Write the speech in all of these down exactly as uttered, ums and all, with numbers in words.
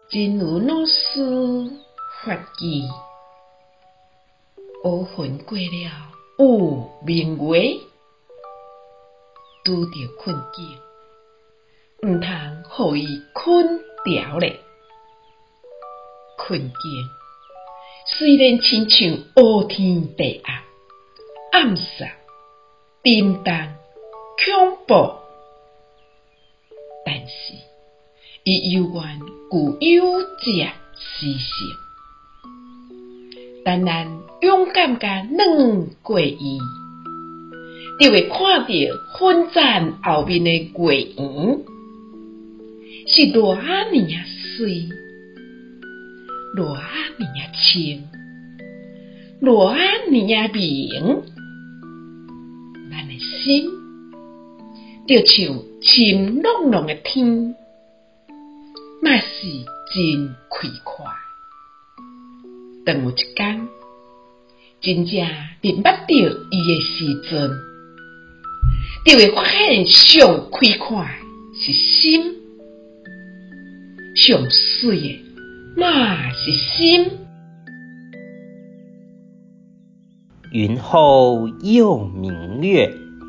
真有老师发记，乌云过了有明月，拄着困境，毋通互伊困牢咧。困境虽然亲像乌天地暗、暗杀、沉重、恐怖，但是伊犹原具有这诗性。当咱勇敢甲软过伊，就会看到奋战后面的月圆，是偌尔啊水，偌尔啊清，偌尔啊明。咱的心就像深朗朗的天，嘛是真开阔。当有一天，真正面捌到伊的时阵，就会发现上开阔是心，上水的嘛是心。 云后有明月，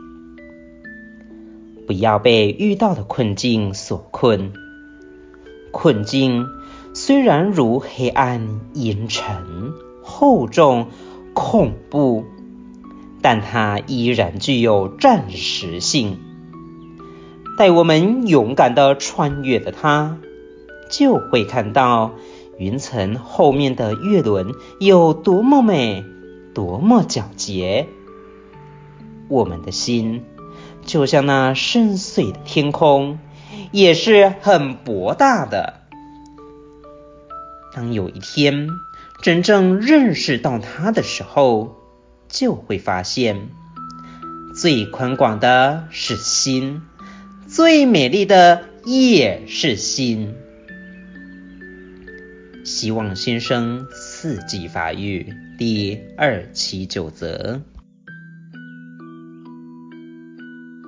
不要被遇到的困境所困。困境虽然如黑暗、阴沉、厚重、恐怖，但它依然具有暂时性。待我们勇敢地穿越了它，就会看到云层后面的月轮有多么美，多么皎洁。我们的心就像那深邃的天空，也是很博大的。当有一天真正认识到它的时候，就会发现最宽广的是心，最美丽的也是心。希望新生四季法语第二七九则。